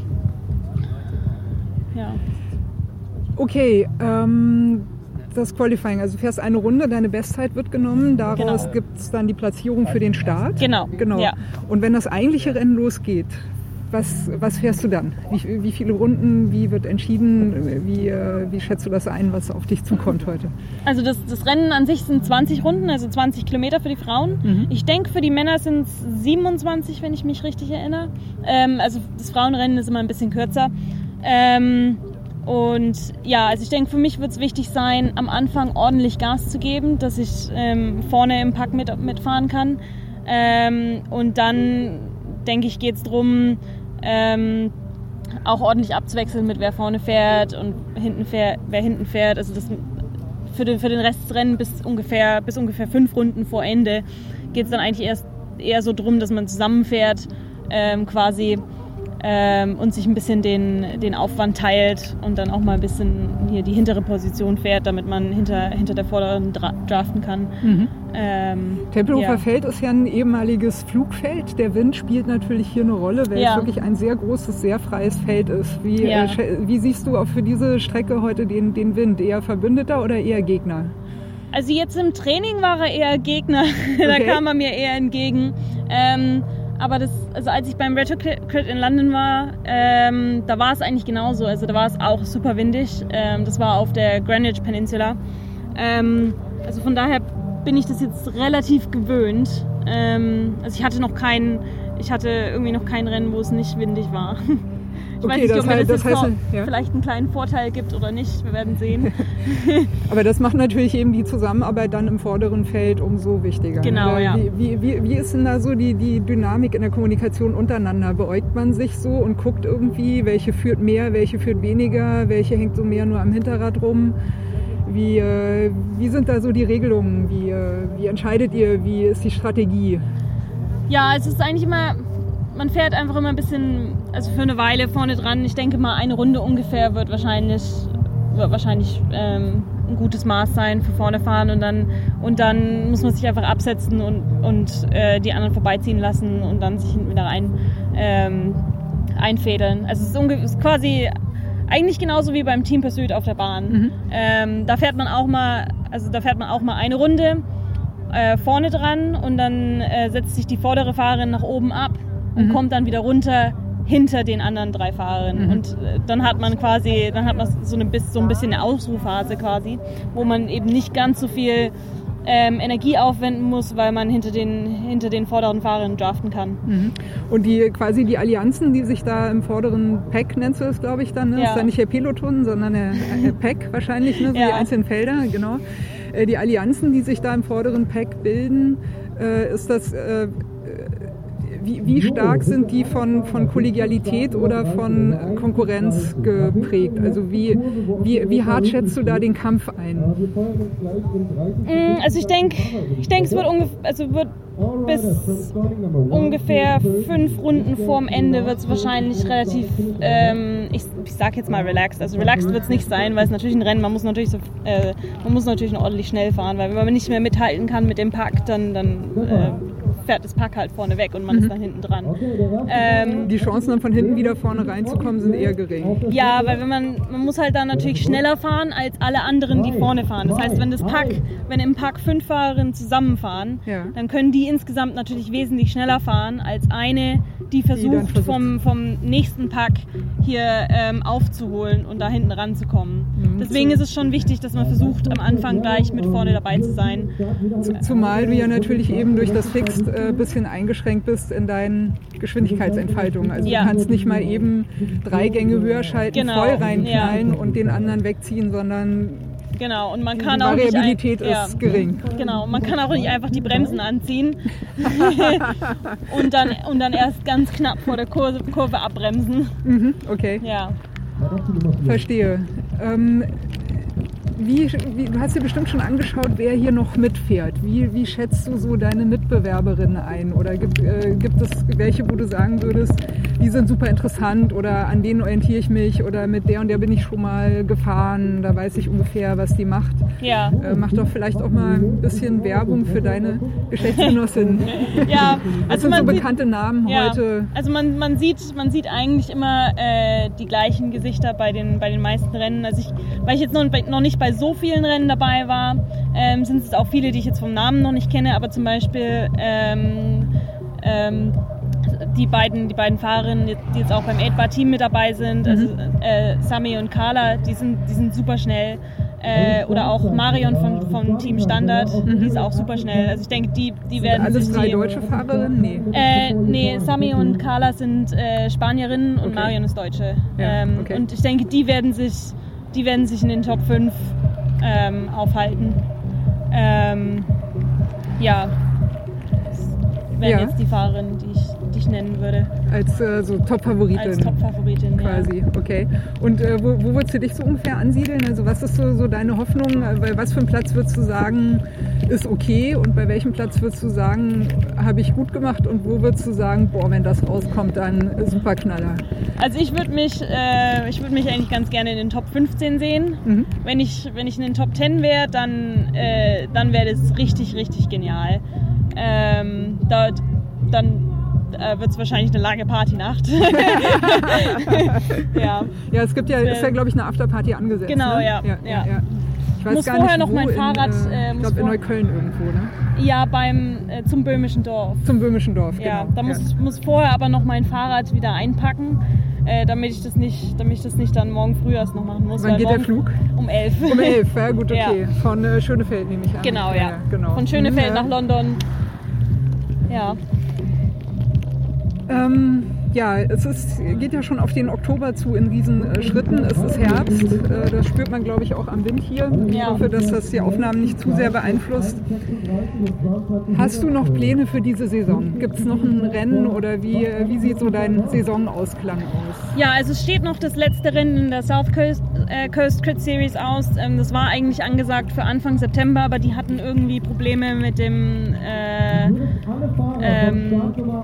Ja. Okay, ähm, das Qualifying. Also du fährst eine Runde, deine Bestzeit wird genommen. Daraus Genau. gibt es dann die Platzierung für den Start. Genau, Genau. ja. Und wenn das eigentliche Rennen losgeht, was, was fährst du dann? Wie, wie viele Runden? Wie wird entschieden? Wie, äh, wie schätzt du das ein, was auf dich zukommt heute? Also das, das Rennen an sich sind zwanzig Runden, also zwanzig Kilometer für die Frauen. Mhm. Ich denke, für die Männer sind es siebenundzwanzig, wenn ich mich richtig erinnere. Ähm, also das Frauenrennen ist immer ein bisschen kürzer. Ähm, und ja, also ich denke, für mich wird es wichtig sein, am Anfang ordentlich Gas zu geben, dass ich ähm, vorne im Pack mit, mitfahren kann. Ähm, und dann, denke ich, geht es darum, ähm, auch ordentlich abzuwechseln mit wer vorne fährt und hinten fährt, wer hinten fährt. Also das für den, für den Rest des Rennens bis ungefähr, bis ungefähr fünf Runden vor Ende geht es dann eigentlich erst eher so drum, dass man zusammenfährt, ähm, quasi. ähm, und sich ein bisschen den, den Aufwand teilt und dann auch mal ein bisschen hier die hintere Position fährt, damit man hinter, hinter der vorderen dra- draften kann. Mhm. Ähm, Tempelhofer ja. Feld ist ja ein ehemaliges Flugfeld. Der Wind spielt natürlich hier eine Rolle, weil Ja. es wirklich ein sehr großes, sehr freies Feld ist. Wie, Ja. äh, sch- wie siehst du auch für diese Strecke heute den, den Wind? Eher Verbündeter oder eher Gegner? Also jetzt im Training war er eher Gegner, da Okay. kam er mir eher entgegen. Ähm, aber das, also als ich beim Retrocrit in London war, ähm, da war es eigentlich genauso. Also da war es auch super windig. Ähm, das war auf der Greenwich Peninsula. Ähm, also von daher bin ich das jetzt relativ gewöhnt. Ähm, also ich hatte noch kein, ich hatte irgendwie noch kein Rennen, wo es nicht windig war. Ich Okay, weiß nicht, das ob mir das, heißt- das jetzt heißt, noch ja. vielleicht einen kleinen Vorteil gibt oder nicht. Wir werden sehen. Aber das macht natürlich eben die Zusammenarbeit dann im vorderen Feld umso wichtiger. Genau, Oder ja. Wie, wie, wie, wie ist denn da so die, die Dynamik in der Kommunikation untereinander? Beäugt man sich so und guckt irgendwie, welche führt mehr, welche führt weniger, welche hängt so mehr nur am Hinterrad rum? Wie, äh, wie sind da so die Regelungen? Wie, äh, wie entscheidet ihr? Wie ist die Strategie? Ja, es ist eigentlich immer, man fährt einfach immer ein bisschen, also für eine Weile vorne dran. Ich denke mal, eine Runde ungefähr wird wahrscheinlich, wird wahrscheinlich ähm, ein gutes Maß sein für vorne fahren und dann, und dann muss man sich einfach absetzen und, und äh, die anderen vorbeiziehen lassen und dann sich hinten wieder rein ähm, einfädeln. Also es ist, unge- ist quasi eigentlich genauso wie beim Team Pursuit auf der Bahn. Mhm. Ähm, da fährt man auch mal, also da fährt man auch mal eine Runde äh, vorne dran und dann äh, setzt sich die vordere Fahrerin nach oben ab und Mhm. kommt dann wieder runter hinter den anderen drei Fahrerinnen. Mhm. Und äh, dann hat man quasi, dann hat man so, eine, bis- so ein bisschen eine Ausruhphase quasi, wo man eben nicht ganz so viel ähm, Energie aufwenden muss, weil man hinter den, hinter den vorderen Fahrerinnen draften kann. Mhm. Und die quasi die Allianzen, die sich da im vorderen Pack, nennst du es, glaube ich, dann, ne? Ja. Ist dann nicht der Peloton, sondern der, der Pack wahrscheinlich, ne? So die Ja. einzelnen Felder, genau. Äh, Die Allianzen, die sich da im vorderen Pack bilden, äh, ist das, äh, wie, wie stark sind die von, von Kollegialität oder von Konkurrenz geprägt? Also wie, wie, wie hart schätzt du da den Kampf ein? Mm, Also ich denke, ich denk, es wird, ungef- also wird bis ungefähr fünf Runden vorm Ende wird es wahrscheinlich relativ, ähm, ich, ich sag jetzt mal relaxed. Also relaxed wird es nicht sein, weil es natürlich ein Rennen, man muss natürlich so, äh, man muss natürlich noch ordentlich schnell fahren, weil wenn man nicht mehr mithalten kann mit dem Pack, dann, dann äh, fährt das Pack halt vorne weg und man Mhm. ist dann hinten dran. Ähm, Die Chancen dann von hinten wieder vorne reinzukommen sind eher gering. Ja, weil wenn man, man muss halt dann natürlich schneller fahren als alle anderen, die vorne fahren. Das heißt, wenn das Pack, wenn im Pack fünf Fahrerinnen zusammenfahren, Ja. dann können die insgesamt natürlich wesentlich schneller fahren als eine, die versucht, versucht. vom, vom nächsten Pack hier ähm, aufzuholen und da hinten ranzukommen. Mhm. Deswegen ist es schon wichtig, dass man versucht, am Anfang gleich mit vorne dabei zu sein. Zumal du ja natürlich eben durch das Fixed ein äh, bisschen eingeschränkt bist in deinen Geschwindigkeitsentfaltungen. Also Ja. du kannst nicht mal eben drei Gänge höher schalten, Genau, voll reinknallen ja. und den anderen wegziehen, sondern Genau, und man die kann auch nicht ein- Variabilität ja. ist gering. Genau, man kann auch nicht einfach die Bremsen anziehen und, dann, und dann erst ganz knapp vor der Kurve, Kurve abbremsen. Mhm, okay, Ja. verstehe. Ähm, wie, wie, du hast dir bestimmt schon angeschaut, wer hier noch mitfährt. Wie, wie schätzt du so deine Mitbewerberinnen ein? Oder gibt, äh, gibt es welche, wo du sagen würdest, die sind super interessant oder an denen orientiere ich mich oder mit der und der bin ich schon mal gefahren, da weiß ich ungefähr, was die macht. Ja. Äh, mach doch vielleicht auch mal ein bisschen Werbung für deine Geschlechtsgenossin. Ja, Das also sind so man sieht, bekannte Namen ja, heute. also man, man, sieht, man sieht eigentlich immer äh, die gleichen Gesichter bei den, bei den meisten Rennen. Also ich, weil ich jetzt noch, bei, noch nicht bei so vielen Rennen dabei war, ähm, sind es auch viele, die ich jetzt vom Namen noch nicht kenne, aber zum Beispiel ähm, ähm, die beiden, die beiden Fahrerinnen, die jetzt auch beim acht bar Team mit dabei sind, also äh, Sami und Carla, die sind, die sind super schnell. Äh, oder auch Marion von, vom Team Standard, die ist auch super schnell. Also ich denke, die, die werden Alles sich drei die, deutsche Fahrerinnen? Nee. Äh, nee, Sami und Carla sind äh, Spanierinnen und Okay. Marion ist Deutsche. Ja, ähm, okay. Und ich denke, die werden sich, die werden sich in den Top fünf ähm, aufhalten. Ähm, ja, das wären Ja. jetzt die Fahrerinnen, die ich, die ich nennen würde. Als äh, so Top-Favoritin. Als Top-Favoritin, Quasi, ja. okay. Und äh, wo, wo würdest du dich so ungefähr ansiedeln? Also was ist so, so deine Hoffnung? Weil was für einen Platz würdest du sagen, ist okay und bei welchem Platz würdest du sagen, habe ich gut gemacht und wo würdest du sagen, boah, wenn das rauskommt, dann super Knaller? Also ich würde mich, äh, ich würde mich eigentlich ganz gerne in den Top fünfzehn sehen. Mhm. Wenn ich, wenn ich in den Top zehn wäre, dann, äh, dann wäre das richtig, richtig genial. Ähm, da, dann äh, wird es wahrscheinlich eine lange Partynacht. ja. ja, es gibt ja, ist ja, glaube ich, eine Afterparty angesetzt. Genau, ne? ja. ja, ja. ja. Ich weiß muss gar vorher nicht, noch mein in, Fahrrad. Äh, ich glaube in Neukölln irgendwo, ne? Ja, beim äh, zum Böhmischen Dorf. Zum Böhmischen Dorf, ja, genau. Da muss, ja. muss vorher aber noch mein Fahrrad wieder einpacken, äh, damit ich das nicht, damit ich das nicht dann morgen früh erst noch machen muss. Wann geht der Flug? Um elf. Um elf, ja gut, okay. Ja. Von äh, Schönefeld nehme ich an. Genau, ja. ja genau. Von Schönefeld hm, nach London. Ja. Ähm, ja, es ist, geht ja schon auf den Oktober zu in riesen äh, Schritten. Es ist Herbst, äh, das spürt man, glaube ich, auch am Wind hier. Ich ja. hoffe, dass das die Aufnahmen nicht zu sehr beeinflusst. Hast du noch Pläne für diese Saison? Gibt es noch ein Rennen oder wie, wie sieht so dein Saisonausklang aus? Ja, also es steht noch das letzte Rennen in der South Coast, äh, Coast Crit Series aus. Ähm, das war eigentlich angesagt für Anfang September, aber die hatten irgendwie Probleme mit dem äh, ähm,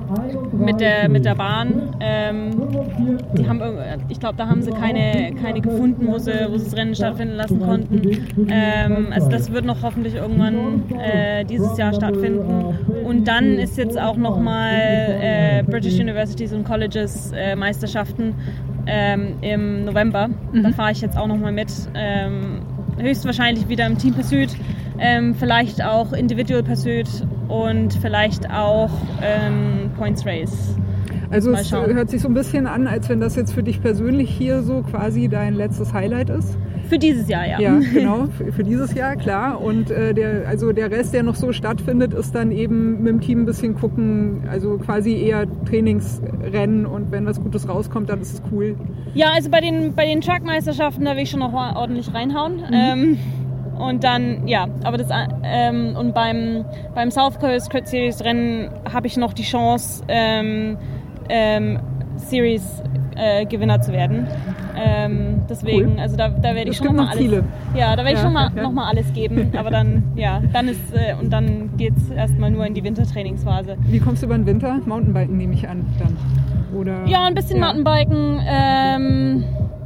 mit der mit der Bahn. Ähm, die haben, ich glaube, da haben sie keine, keine gefunden, wo sie, wo sie das Rennen stattfinden lassen konnten. Ähm, also das wird noch hoffentlich irgendwann äh, dieses Jahr stattfinden. Und dann ist jetzt auch nochmal äh, British Universities und Colleges äh, Meisterschaften ähm, im November. Mhm. Da fahre ich jetzt auch nochmal mit. Ähm, höchstwahrscheinlich wieder im Team Pursuit, ähm, vielleicht auch Individual Pursuit und vielleicht auch ähm, Points Race. Also es hört sich so ein bisschen an, als wenn das jetzt für dich persönlich hier so quasi dein letztes Highlight ist. Für dieses Jahr, ja. Ja, genau, für, für dieses Jahr, klar. Und äh, der, also der Rest, der noch so stattfindet, ist dann eben mit dem Team ein bisschen gucken, also quasi eher Trainingsrennen und wenn was Gutes rauskommt, dann ist es cool. Ja, also bei den, bei den Truck-Meisterschaften, da will ich schon noch mal ordentlich reinhauen. Mhm. Ähm, und dann, ja, aber das, ähm, und beim, beim South Coast Crit Series Rennen habe ich noch die Chance, ähm, ähm, Series äh, Gewinner zu werden. Ähm, deswegen, cool. also da, da werde ich schon noch mal alles. Ziele. Ja, da werde ich ja, schon mal ja. noch mal alles geben. Aber dann, ja, dann ist äh, und dann geht's erstmal nur in die Wintertrainingsphase. Wie kommst du über den Winter? Mountainbiken nehme ich an dann. Oder? Ja, ein bisschen ja. Mountainbiken ähm,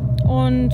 und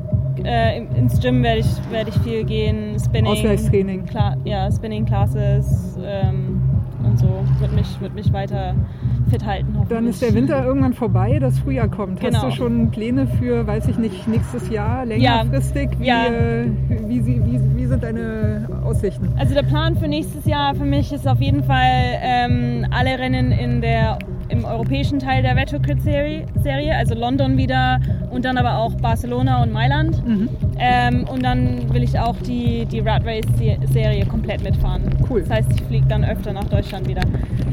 äh, ins Gym werde ich werde ich viel gehen. Spinning. Ausgleichstraining. Klar, ja, Spinning Classes ähm, und so wird mich wird mich weiter fit halten. Dann ist der Winter irgendwann vorbei, das Frühjahr kommt. Genau. Hast du schon Pläne für, weiß ich nicht, nächstes Jahr, längerfristig? Ja. Wie, ja. äh, wie, wie, wie sind deine Aussichten? Also der Plan für nächstes Jahr für mich ist auf jeden Fall ähm, alle Rennen in der, im europäischen Teil der Retro Crit Serie, Serie, also London wieder und dann aber auch Barcelona und Mailand. Mhm. Ähm, und dann will ich auch die, die Rat Race Serie komplett mitfahren. Cool. Das heißt, ich fliege dann öfter nach Deutschland wieder.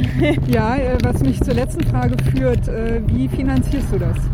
Ja, was mich zur letzten Frage führt, wie finanzierst du das?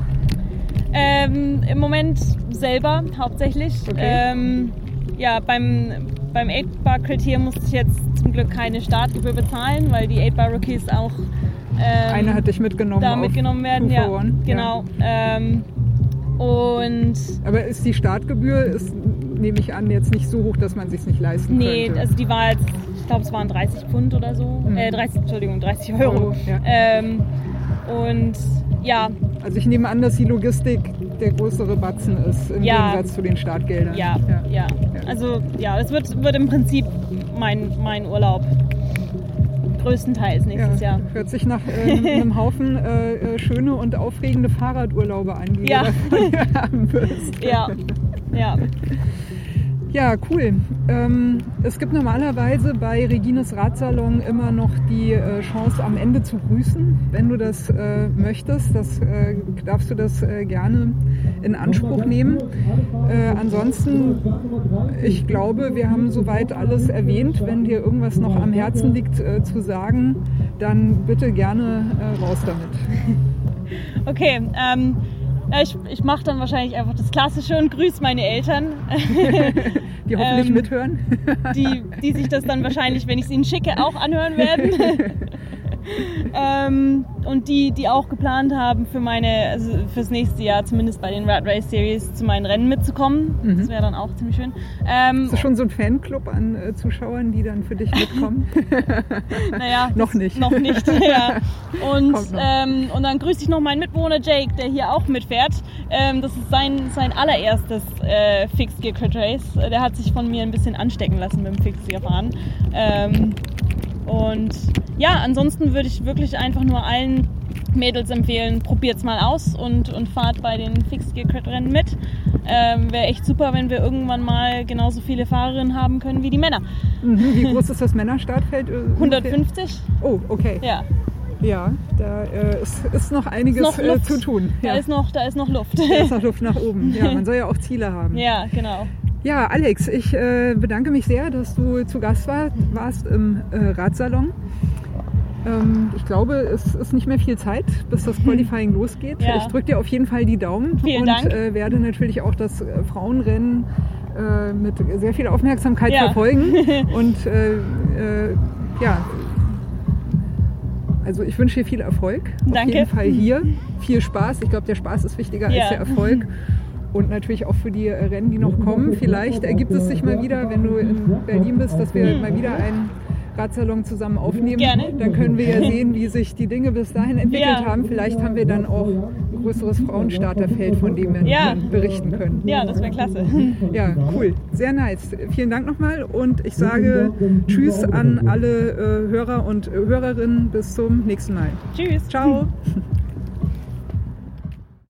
Ähm, Im Moment selber hauptsächlich. Okay. Ähm, ja, beim, beim acht Bar Crit hier musste ich jetzt zum Glück keine Startgebühr bezahlen, weil die acht Bar Rookies auch ähm, eine hat dich mitgenommen, da mitgenommen werden. Ja, genau. Ja. Ähm, und aber ist die Startgebühr, ist, nehme ich an, jetzt nicht so hoch, dass man es sich nicht leisten nee, könnte? Nee, also die war jetzt, ich glaube es waren dreißig Pfund oder so, mhm. äh, dreißig, Entschuldigung, dreißig Euro. Oh, ja. ähm, und ja. Also ich nehme an, dass die Logistik der größere Batzen ist, im ja. Gegensatz zu den Startgeldern. Ja, ja. ja. ja. Also ja, es wird, wird im Prinzip mein, mein Urlaub. Größtenteils nächstes ja, Jahr. Hört sich nach äh, einem Haufen äh, schöne und aufregende Fahrradurlaube an, die ja. du da haben wirst. Ja, ja. Ja, cool. Ähm, es gibt normalerweise bei Regines Radsalon immer noch die äh, Chance, am Ende zu grüßen. Wenn du das äh, möchtest, das, äh, darfst du das äh, gerne in Anspruch nehmen. Äh, ansonsten, ich glaube, wir haben soweit alles erwähnt. Wenn dir irgendwas noch am Herzen liegt äh, zu sagen, dann bitte gerne äh, raus damit. Okay, ähm, ich, ich mache dann wahrscheinlich einfach das Klassische und grüße meine Eltern. Die hoffentlich ähm, mithören. Die, die sich das dann wahrscheinlich, wenn ich es ihnen schicke, auch anhören werden. ähm, und die, die auch geplant haben, für meine, also fürs nächste Jahr zumindest bei den Rat Race Series zu meinen Rennen mitzukommen. Mhm. Das wäre dann auch ziemlich schön. Ähm, Ist das schon so ein Fanclub an äh, Zuschauern, die dann für dich mitkommen? Naja, noch nicht. Noch nicht, ja. Und, ähm, und dann grüße ich noch meinen Mitbewohner Jake, der hier auch mitfährt. Ähm, das ist sein, sein allererstes äh, Fixed Gear Crit Race. Der hat sich von mir ein bisschen anstecken lassen mit dem Fixed Gear fahren. Ähm, und ja, ansonsten würde ich wirklich einfach nur allen Mädels empfehlen, probiert's mal aus und, und fahrt bei den Fixed Gear Crit Rennen mit. Ähm, Wäre echt super, wenn wir irgendwann mal genauso viele Fahrerinnen haben können wie die Männer. Mhm, wie groß ist das Männerstartfeld? hundertfünfzig. Oh, okay. Ja. Ja, da äh, ist, ist noch einiges ist noch äh, zu tun. Da, ja. ist noch, da ist noch Luft. Da ist noch Luft nach oben. Ja, man soll ja auch Ziele haben. Ja, genau. Ja, Alex, ich äh, bedanke mich sehr, dass du zu Gast war, warst im äh, Radsalon. Ähm, ich glaube, es ist nicht mehr viel Zeit, bis das Qualifying losgeht. Ja. Ich drücke dir auf jeden Fall die Daumen. Vielen und Dank. Äh, werde natürlich auch das äh, Frauenrennen äh, mit sehr viel Aufmerksamkeit ja. verfolgen. Und äh, äh, ja, also ich wünsche dir viel Erfolg. Danke. Auf jeden Fall hier. Viel Spaß. Ich glaube, der Spaß ist wichtiger ja. als der Erfolg. Und natürlich auch für die Rennen, die noch kommen. Vielleicht ergibt es sich mal wieder, wenn du in Berlin bist, dass wir mal wieder einen Radsalon zusammen aufnehmen. Gerne. Dann können wir ja sehen, wie sich die Dinge bis dahin entwickelt ja. haben. Vielleicht haben wir dann auch ein größeres Frauenstarterfeld, von dem wir ja. dann berichten können. Ja, das wäre klasse. Ja, cool. Sehr nice. Vielen Dank nochmal und ich sage Tschüss an alle äh, Hörer und äh, Hörerinnen. Bis zum nächsten Mal. Tschüss. Ciao.